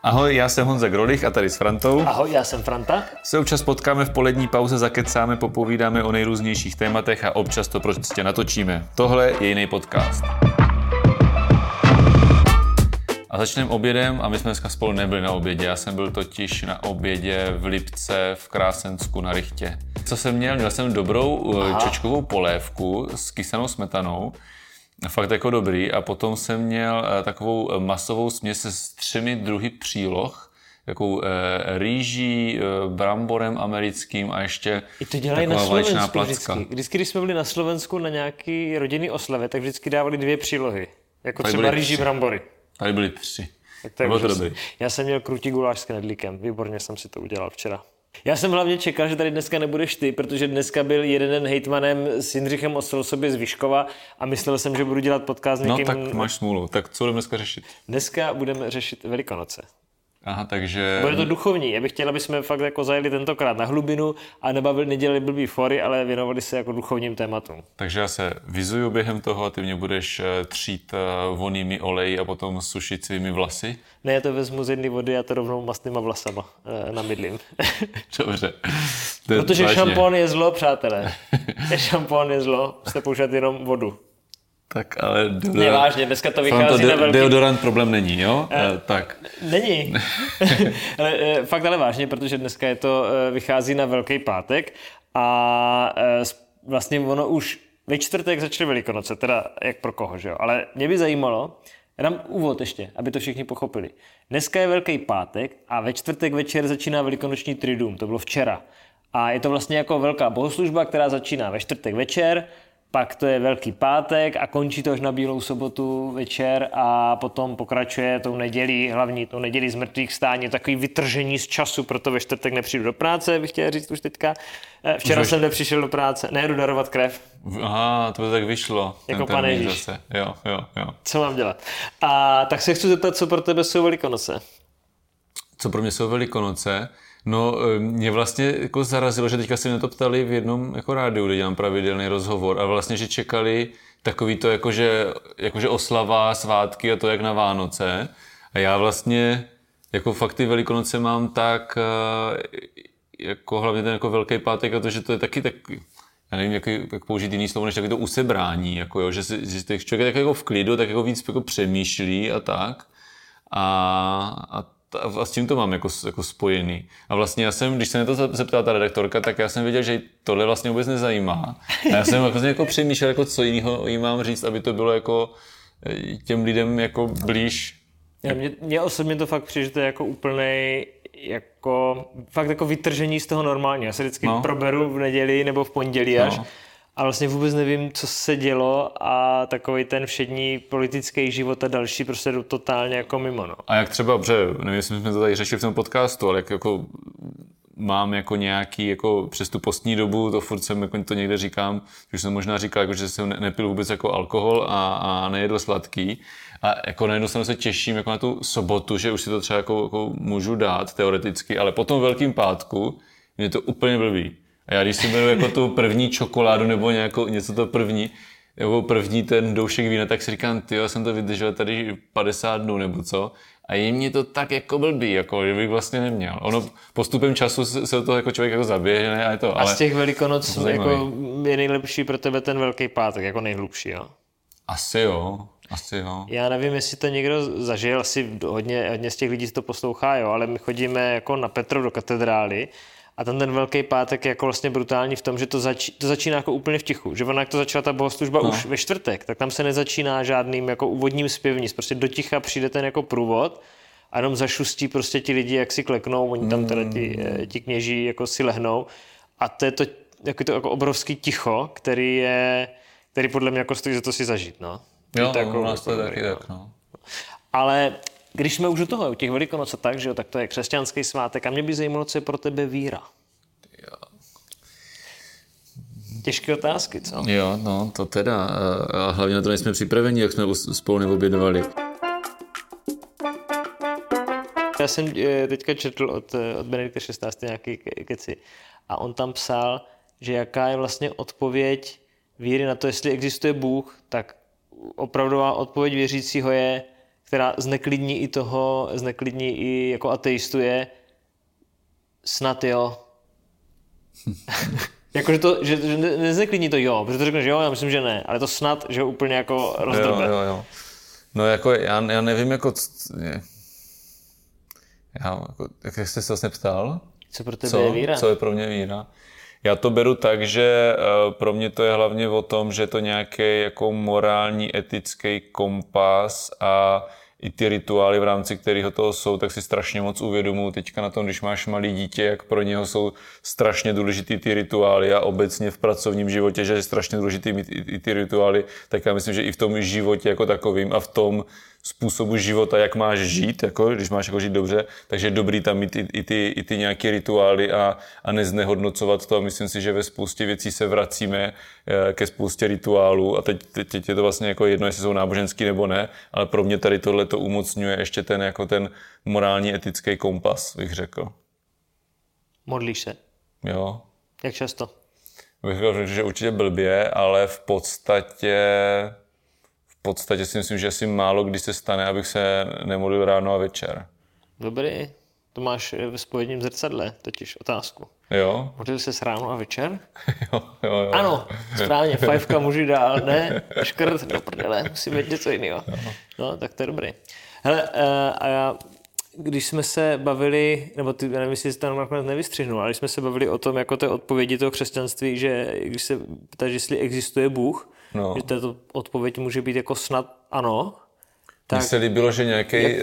Ahoj, já jsem Honza Grolich a tady s Frantou. Ahoj, já jsem Franta. Se občas potkáme v polední pauze, zakecáme, popovídáme o nejrůznějších tématech a občas to prostě natočíme. Tohle je jiný podcast. A začneme obědem a my jsme dneska spolu nebyli na obědě. Já jsem byl totiž na obědě v Lipce v Krásensku na Rychtě. Co jsem měl? Měl jsem dobrou čočkovou polévku s kysanou smetanou. Fakt jako dobrý. A potom jsem měl takovou masovou směs s 3 druhy příloh. Takovou rýží, bramborem americkým a ještě taková vaječná placka. Vždycky, když jsme byli na Slovensku na nějaký rodinný oslavě, tak vždycky dávali 2 přílohy. Jako tady třeba rýží, brambory. Tady byly 3. Tak to bylo to dobrý. Já jsem měl krutí guláš s knedlíkem. Výborně jsem si to udělal včera. Já jsem hlavně čekal, že tady dneska nebudeš ty, protože dneska byl jeden hejtmanem s Jindřichem Ostrousobě z Vyškova a myslel jsem, že budu dělat podcast někým... No tak máš smůlu. Tak co budeme dneska řešit? Dneska budeme řešit Velikonoce. Aha, takže... Bude to duchovní. Já bych chtěl, aby jsme fakt jako zajeli tentokrát na hlubinu a nedělali blbý fory, ale věnovali se jako duchovním tématům. Takže já se vizuju během toho a ty mě budeš třít vonnými oleji a potom sušit svými vlasy? Ne, já to vezmu z jedné vody a to rovnou mastnýma vlasama namydlím. Dobře. Protože šampon je zlo, přátelé. Šampon je zlo, jste používat jenom vodu. Tak ale... Nevážně, dneska to vychází na velký... Deodorant problém není, jo? Tak. Není. Fakt ale vážně, protože dneska vychází na Velký pátek a vlastně ono už ve čtvrtek začaly Velikonoce, teda jak pro koho, že jo? Ale mě by zajímalo, já dám úvod ještě, aby to všichni pochopili. Dneska je Velký pátek a ve čtvrtek večer začíná Velikonoční triduum, to bylo včera. A je to vlastně jako velká bohoslužba, která začíná ve čtvrtek večer, pak to je Velký pátek a končí to až na Bílou sobotu večer a potom pokračuje tou nedělí, hlavní tou nedělí z mrtvých stání, takový vytržení z času, proto ve čtvrtek nepřijdu do práce, bych chtěl říct už teďka. Včera jsem nepřišel do práce, nejdu darovat krev. Aha, to tak vyšlo. Jako Pane Ježíš. Jo. Co mám dělat? A tak se chci zeptat, co pro tebe jsou Velikonoce? Co pro mě jsou Velikonoce? No, mě vlastně jako zarazilo, že teďka se mě to ptali v jednom jako rádiu, kde dělám pravidelný rozhovor a vlastně, že čekali takový to jakože oslava, svátky a to jak na Vánoce a já vlastně jako fakt ty Velikonoce mám tak jako hlavně ten jako Velký pátek a to, že to je taky tak, já nevím, jak použít jiný slovo, než taky to usebrání, jako jo, že člověk je tak jako v klidu, tak jako víc jako přemýšlí a tak a s tím to mám jako spojený. A vlastně já jsem, když se mě to zeptala ta redaktorka, tak já jsem věděl, že tohle vlastně vůbec nezajímá. A já jsem jako přemýšlel, jako co jiného jí mám říct, aby to bylo jako těm lidem jako blíž. Mně osobně to fakt přijde, že to je jako úplnej jako fakt jako vytržení z toho normálního. Já se vždycky proberu v neděli nebo v pondělí až. A vlastně vůbec nevím, co se dělo a takový ten všední politický život a další prostě jdou totálně jako mimo. No. A jak třeba, nevím, jestli jsme to tady řešili v tom podcastu, ale jak jako mám jako nějaký, jako přes tu postní dobu, to furt jsem jako to někde říkám, že jsem možná říkal, jako, že jsem nepil vůbec jako alkohol a nejedl sladký. A jako najednou se těším jako na tu sobotu, že už si to třeba jako můžu dát teoreticky, ale po tom Velkým pátku mě to úplně blbý. A já když si beru jako tu první čokoládu nebo něco to první ten doušek vína, tak si říkám, já jsem to vydržel tady 50 dnů nebo co. A je mě to tak jako blbý, jako že bych vlastně neměl. Ono postupem času se do toho jako člověk jako zaběhne a je to. A z těch Velikonoc jako je nejlepší pro tebe ten Velký pátek, jako nejhlubší, jo? Asi jo. Já nevím, jestli to někdo zažil, asi hodně z těch lidí si to poslouchá, jo, ale my chodíme jako na Petrov do katedrály. A ten Velký pátek je jako vlastně brutální v tom, že to začíná jako úplně v tichu. Že ona, jak to začala ta bohoslužba už ve čtvrtek, tak tam se nezačíná žádným jako úvodním zpěvníc. Prostě do ticha přijde ten jako průvod a jenom zašustí prostě ti lidi, jak si kleknou, oni tam teda ti kněží jako si lehnou. A to je to jako obrovský ticho, který podle mě jako stojí za to si zažít, no. Jo, u nás to je taky tak, no. Ale když jsme už u toho, u těch Velikonoc tak, že jo, tak to je křesťanský svátek a mě by zajímalo, co je pro tebe víra. Jo. Těžké otázky, co? Jo, no, to teda. A hlavně na to nejsme připraveni, jak jsme spolu neobědovali. Já jsem teďka četl od Benedikta XVI. Nějaký keci a on tam psal, že jaká je vlastně odpověď víry na to, jestli existuje Bůh, tak opravdová odpověď věřícího je která zneklidní i jako ateistu je snad jo. Jakože to, že nezneklidní to jo, protože to řekne, že jo, já myslím, že ne, ale to snad, že ho úplně jako rozdrbe. Jo. No jako já nevím, jako jak jste se vlastně ptal? Co pro tebe je víra? Co je pro mě víra? Já to beru tak, že pro mě to je hlavně o tom, že je to nějaký jako morální, etický kompas a i ty rituály, v rámci kterého toho jsou, tak si strašně moc uvědomuji teďka na tom, když máš malý dítě, jak pro něho jsou strašně důležitý ty rituály a obecně v pracovním životě, že je strašně důležitý mít i ty rituály, tak já myslím, že i v tom životě jako takovým a v tom způsobu života, jak máš žít, jako, když máš jako žít dobře, takže je dobrý tam mít i ty nějaké rituály a neznehodnocovat to. A myslím si, že ve spoustě věcí se vracíme ke spoustě rituálů a teď je to vlastně jako jedno, jestli jsou náboženský nebo ne, ale pro mě tady tohle to umocňuje ještě ten morální etický kompas, bych řekl. Modlíš se? Jo. Jak často? Bych řekl, že určitě blbě, ale v podstatě si myslím, že asi málo kdy se stane, abych se nemodlil ráno a večer. Dobrý. To máš ve spovědním zrcadle, totiž otázku. Jo. Modlil ses ráno a večer? Jo. Ano, správně, fajfka můžu dál, ne? Škrt, do prdele, musím mít něco jiného. No, tak to je dobrý. Hele, a já, když jsme se bavili, nebo ty, já nevím, jestli jsi tam nakonec nevystřihnul, ale když jsme se bavili o tom, jako té odpovědi toho křesťanství, že když se ptáš, jestli existuje Bůh, že tato odpověď může být jako snad ano. Mně se líbilo, že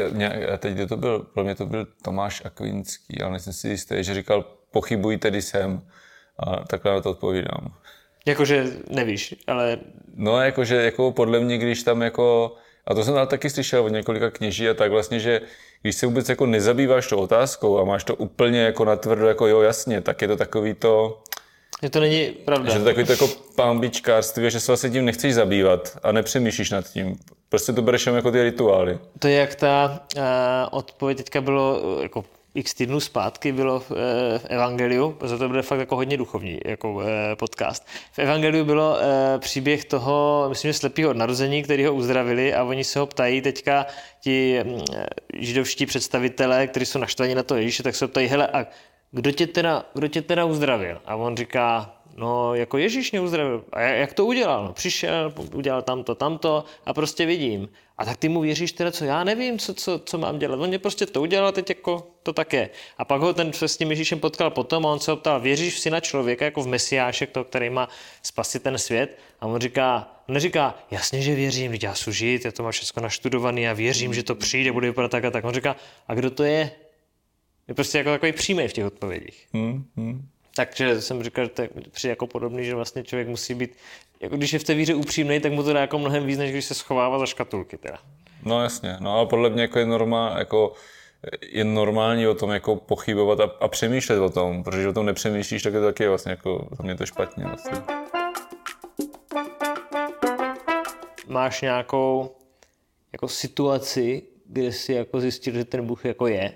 teď to byl, pro mě to byl Tomáš Akvinský, ale nejsem si jistý, že říkal, pochybuj, tedy jsem. A takhle na to odpovídám. Jakože nevíš, ale... No, jakože jako podle mě, když tam jako... A to jsem ale taky slyšel od několika kněží a tak vlastně, že když se vůbec jako nezabýváš tou otázkou a máš to úplně jako natvrdo, jako jo, jasně, tak je to takový to... Že to není pravda. Že to takový to jako pambičkářství, že se vlastně tím nechceš zabývat a nepřemýšlíš nad tím. Prostě to bereš jako ty rituály. To je jak ta odpověď teďka bylo jako x týdnů zpátky bylo v Evangeliu, protože to bude fakt jako hodně duchovní jako podcast. V Evangeliu bylo příběh toho, myslím, že slepýho od narození, který ho uzdravili a oni se ho ptají teďka ti židovští představitelé, kteří jsou naštvaní na to Ježíše, tak se ho ptají, hele, a kdo tě teda uzdravil? A on říká, no jako Ježíš mě uzdravil. A jak to udělal? No, přišel, udělal tamto a prostě vidím. A tak ty mu věříš teda, co já nevím, co mám dělat. On mě prostě to udělal, teď jako to tak je. A pak ho ten s tím Ježíšem potkal potom a on se ho ptal, věříš v syna člověka, jako v Mesiáše, který má spasit ten svět? A on neříká, jasně, že věřím, teď já chci žít, já to mám všechno naštudovaný, já věřím, že to přijde, bude vypadat tak a tak. On říká, a kdo to je? Je prostě jako takový přímý v těch odpovědích. Takže jsem říkal, že to je přijde jako podobný, že vlastně člověk musí být, jako když je v té víře upřímnej, tak mu to dá jako mnohem víc, než když se schovává za škatulky teda. No jasně, no ale podle mě jako je normální o tom jako pochybovat a přemýšlet o tom, protože o tom nepřemýšlíš, tak je to taky vlastně jako, za mě to špatně vlastně. Máš nějakou jako situaci, kde jsi jako zjistil, že ten Bůh jako je?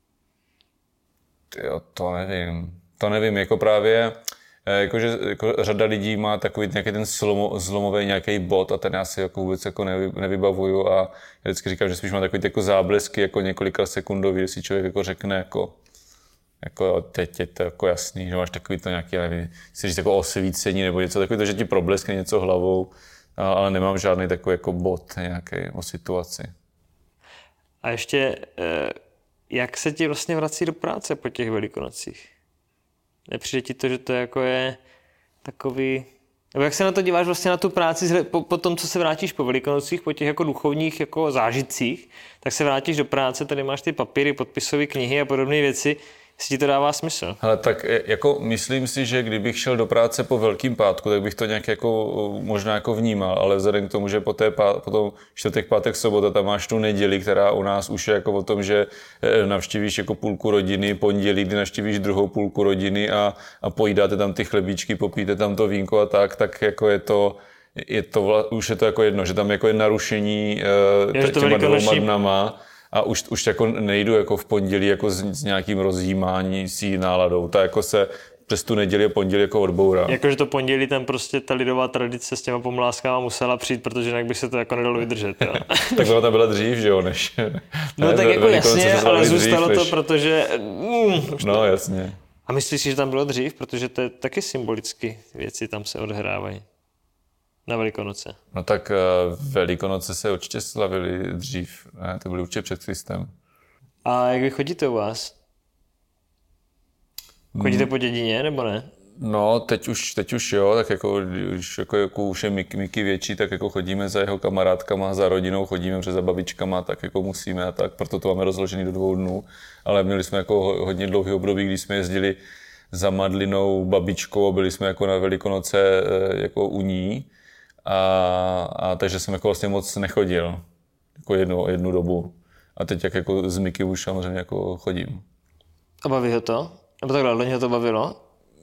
Jo, to nevím, jako právě, jakože jako řada lidí má takový nějaký ten zlomový nějaký bod a ten já si jako vůbec jako nevybavuju a já vždycky říkám, že spíš má takový jako záblesky, jako několika sekundový, kdy si člověk jako řekne jako teď je to jako jasný, že máš takový to nějaký, nevím, si říct jako osvícení nebo něco takový, že ti probleskne něco hlavou, ale nemám žádný takový jako bod nějaký o situaci. A ještě, jak se ti vlastně vrací do práce po těch Velikonocích? Nepřijde ti to, že to jako je takový... Nebo jak se na to díváš vlastně na tu práci po tom, co se vrátíš po Velikonocích, po těch jako duchovních jako zážitcích, tak se vrátíš do práce, tady máš ty papíry, podpisové knihy a podobné věci, jestli ti to dává smysl? Hele, tak jako myslím si, že kdybych šel do práce po Velkým pátku, tak bych to nějak jako možná jako vnímal, ale vzhledem k tomu, že potom čtvrtek, pátek, sobota, tam máš tu neděli, která u nás už je jako o tom, že navštívíš jako půlku rodiny, pondělí, kdy navštívíš druhou půlku rodiny a pojídáte tam ty chlebíčky, popíte tam to vínko a tak jako už je to jako jedno, že tam jako je narušení těma dvouma dnama. A už jako nejdu jako v pondělí jako s nějakým rozjímání si náladou. Ta jako se přes tu neděli a pondělí jako odbourá. Jakože to pondělí tam prostě ta lidová tradice s těma pomláskama musela přijít, protože jinak by se to jako nedalo vydržet. Jo. Tak ona tam byla dřív, že jo, než... No ne, tak jako jasně, ale zůstalo dřív, to, protože... No jasně. A myslíš si, že tam bylo dřív? Protože to je taky symbolicky věci tam se odehrávají. Na Velikonoce. No tak Velikonoce se určitě slavily dřív, ne? To byly určitě před Kristem. A jak vy chodíte u vás? Chodíte po dědině, nebo ne? No, teď už jo, tak jako už je Miky větší, tak jako chodíme za jeho kamarádkama, za rodinou chodíme, protože za babičkama, tak jako musíme a tak, proto to máme rozložený do 2 dnů, ale měli jsme jako hodně dlouhý období, kdy jsme jezdili za Madlinou babičkou, byli jsme jako na Velikonoce jako u ní a takže jsem jako vlastně moc nechodil, jako jednu dobu. A teď jako z Miky už samozřejmě jako chodím. A baví ho to? Nebo takhle, loni ho to bavilo?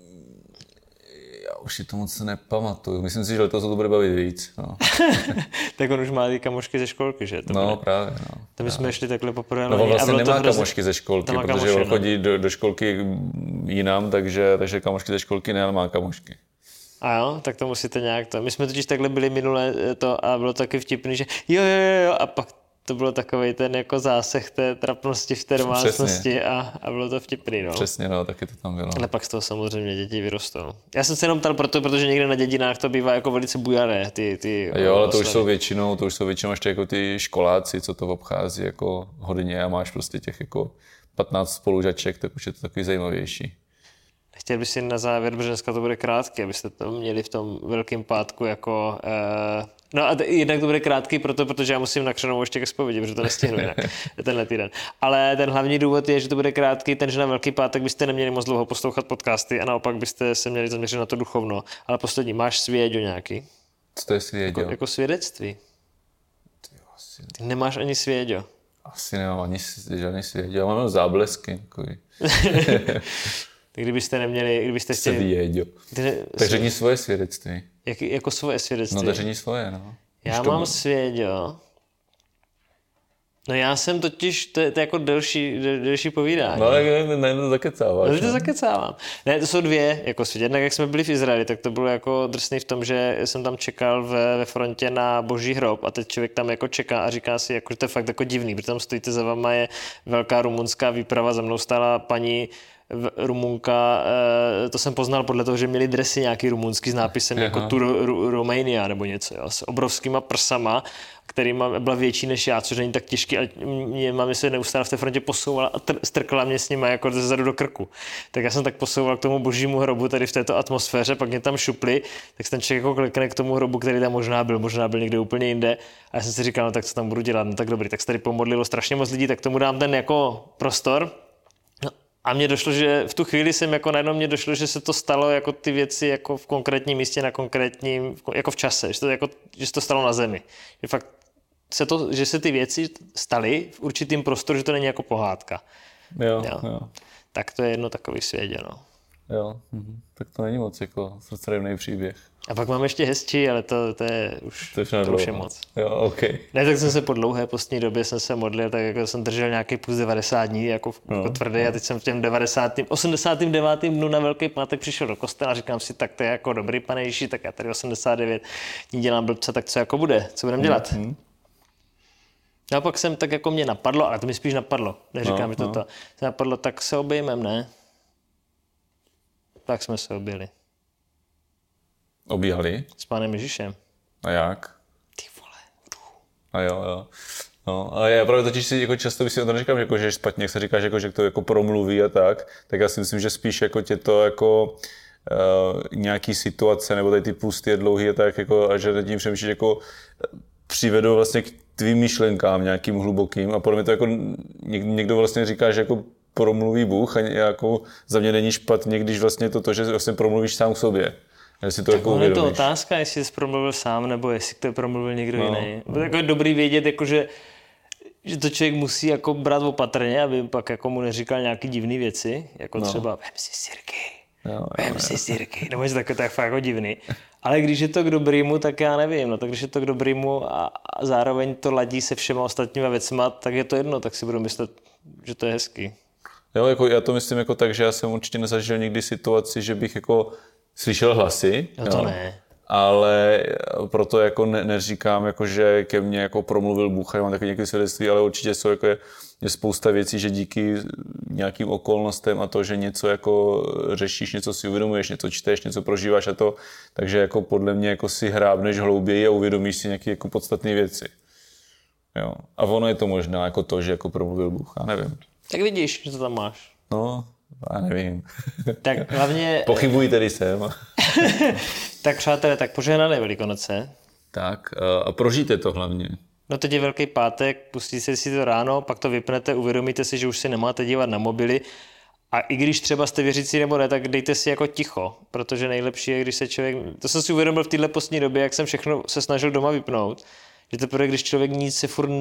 Já už si to moc nepamatuju. Myslím si, že letos to bude bavit víc. No. Tak on už má ty kamošky ze školky, že? To no bude. Právě. No. To my jsme šli takhle poprvé. No on vlastně nemá kamošky ze školky, protože on chodí do školky jinam, takže kamošky ze školky nemá kamošky. A jo, tak to musíte nějak to. My jsme totiž takhle byli minule to a bylo taky vtipný, že jo a pak to bylo takovej ten jako zásah té trapnosti v té domácnosti a bylo to vtipný, no. Přesně, no, taky to tam bylo. Ale pak z toho samozřejmě děti vyrostou. Já jsem se jenom ptal protože někde na dědinách to bývá jako velice bujaré, ty jo, ale to už jsou většinou ještě jako ty školáci, co to obchází jako hodně a máš prostě těch jako 15 spolužaček, tak už je to takový zajímavější. Chtěl bych si na závěr, protože dneska to bude krátký, abyste to měli v tom Velkém pátku jako... No a jednak to bude krátký protože já musím na Křanovou ještě ke zpovědi, protože to nestihnu jinak tenhle týden. Ale ten hlavní důvod je, že to bude krátký, že na Velký pátek byste neměli moc dlouho poslouchat podcasty a naopak byste se měli zaměřit na to duchovno. Ale poslední, máš svěďo nějaký? Co to je svěďo? Jako svědectví. Ty nemáš ani svěďo. Asi nemám ani žádný svěďo, já mám jenom záblesky. Kdybyste neměli, kdybyste chtěli... Svěďo. Tak řekni svoje svědectví. Jako svoje svědectví? No tak řekni svoje, no. Já mám svěďo. No já jsem totiž, to je jako delší povídání. No tak to zakecáváš. No to zakecávám. Ne, to jsou 2 jako svědě. Jednak jak jsme byli v Izraeli, tak to bylo jako drsný v tom, že jsem tam čekal ve frontě na Boží hrob a teď člověk tam jako čeká a říká si, jako, že to je fakt jako divný, protože tam stojíte za vama, je velká rumunská výprava, za mnou stála paní Rumunka, to jsem poznal podle toho, že měli dresy nějaký rumunský s nápisem jako Romania nebo něco, jo, s obrovskýma prsama, kterýma byla větší než já, což není tak těžký, ale mě se neustále v té frontě posouvala a strkala mě s nima jako zezadu do krku. Tak já jsem tak posouval k tomu Božímu hrobu tady v této atmosféře, pak mě tam šupli, tak ten člověk jako klikne k tomu hrobu, který tam možná byl někde úplně jinde a já jsem si říkal, no tak co tam budu dělat, no tak dobrý, tak se tady pomodlilo strašně moc lidí, tak tomu dám ten jako prostor. A mně došlo, že v tu chvíli najednou mě došlo, že se to stalo jako ty věci jako v konkrétním místě, na konkrétním, jako v čase, že se to stalo na zemi. Že fakt že se ty věci staly v určitým prostoru, že to není jako pohádka. Jo. Tak to je jedno takový svědě, no. Jo, tak to není moc jako srdcerivný příběh. A pak mám ještě hezčí, ale to je už je moc. Jo, okay. Ne, tak jsem se po dlouhé postní době jsem se modlil, tak jako jsem držel nějaký plus 90 dní jako tvrdý a teď jsem v těm 89. dnu na Velký pátek přišel do kostela a říkám si, tak to je jako dobrý, Pane Ježíši, tak já tady 89 dní dělám blbce, tak co jako bude, co budeme dělat? No a pak jsem tak jako mě napadlo, ale to mi spíš napadlo, neříkám, že to napadlo, tak se obejmem, ne? Tak jsme se objeli. Obíhali? S Pánem Ježíšem. A jak? Ty vole. A jo. No, ale já právě totiž si jako často si to neříkám, jako, že je špatně, jak se říkáš, jako, že to jako promluví a tak já si myslím, že spíš jako tě to jako nějaký situace nebo tady ty pusty je dlouhý a tak jako, a že nad tím přemýšlíš jako přivedou vlastně k tvým myšlenkám nějakým hlubokým a podle mě to jako někdo vlastně říká, že jako promluví Bůh a jako za mě není špatně, když vlastně to, že vlastně promluvíš sám k sobě. Jestli to tak jako je to otázka, jestli jsi promluvil sám, nebo jestli to promluvil někdo jiný. To je jako dobrý vědět, jako že to člověk musí jako brát opatrně, aby pak jako mu neříkal nějaký divný věci, jako třeba vem si sirky, nebo něco takové, to je fakt jako divný. Ale když je to k dobrýmu, tak já nevím, no tak když je to k dobrýmu a zároveň to ladí se všema ostatníma věcma, tak je to jedno, tak si budu myslet, že to je hezký. Jo, jako já to myslím jako tak, že já jsem určitě nezažil nikdy situaci, že bych jako slyšel hlasy. No to ne. Ale proto jako neříkám, jako, že ke mně jako promluvil Bůh, já mám takové nějaké svědectví, ale určitě jsou jako je spousta věcí, že díky nějakým okolnostem a to, že něco jako řešíš, něco si uvědomuješ, něco čteš, něco prožíváš a to, takže jako podle mě jako si hrábneš hlouběji a uvědomíš si nějaké jako podstatné věci. Jo. A ono je to možná jako to, že jako promluvil Bůh, já nevím. Tak vidíš, že to tam máš. No, já nevím. Tak hlavně... Pochybuji tedy jsem. Tak přátelé, tak požehnané Velikonoce. Tak a prožijte to hlavně. No teď je Velký pátek, pustíte si to ráno, pak to vypnete, uvědomíte si, že už si nemáte dívat na mobily a i když třeba jste věřící nebo ne, tak dejte si jako ticho, protože nejlepší je, když se člověk... To jsem si uvědomil v téhle postní době, jak jsem všechno se snažil doma vypnout, že teprve, když člověk nic se furt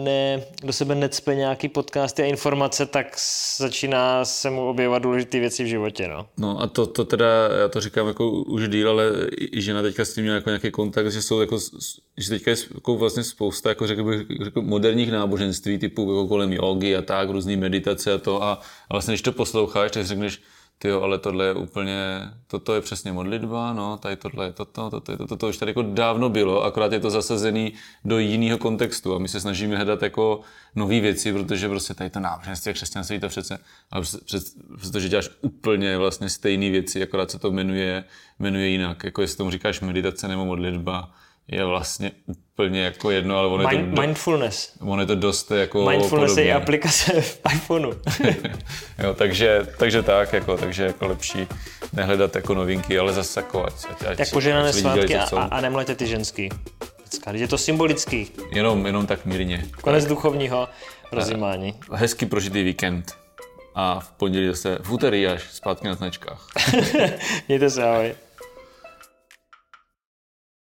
do sebe necpe nějaký podcasty a informace, tak začíná se mu objevovat důležité věci v životě. No a to teda, já to říkám jako už díl, ale i žena teďka s tím měla jako nějaký kontakt, že jsou jako, že teďka je jako vlastně spousta jako řekl moderních náboženství typu jako kolem jógy a tak, různý meditace a to a vlastně když to posloucháš, tak řekneš, tyjo, ale tohle je úplně, toto je přesně modlitba, no, tady tohle je toto už tady jako dávno bylo, akorát je to zasazený do jiného kontextu a my se snažíme hledat jako nový věci, protože prostě tady to náboženství a křesťanství to přece, ale protože děláš úplně vlastně stejné věci, akorát se to jmenuje jinak, jako jestli tomu říkáš meditace nebo modlitba, je vlastně úplně jako jedno, ale ono je to... Mindfulness. Ono je to dost jako Mindfulness podobně. je aplikace v iPhoneu. Jo, takže jako lepší nehledat jako novinky, ale zase jako ať tak požehnané svátky a nemlejte ty ženský. Když je to symbolický. Jenom tak mírně. Konec duchovního rozjímání. Hezky prožitý víkend. A v pondělí zase v úterý až zpátky na značkách. Mějte se, ahoj.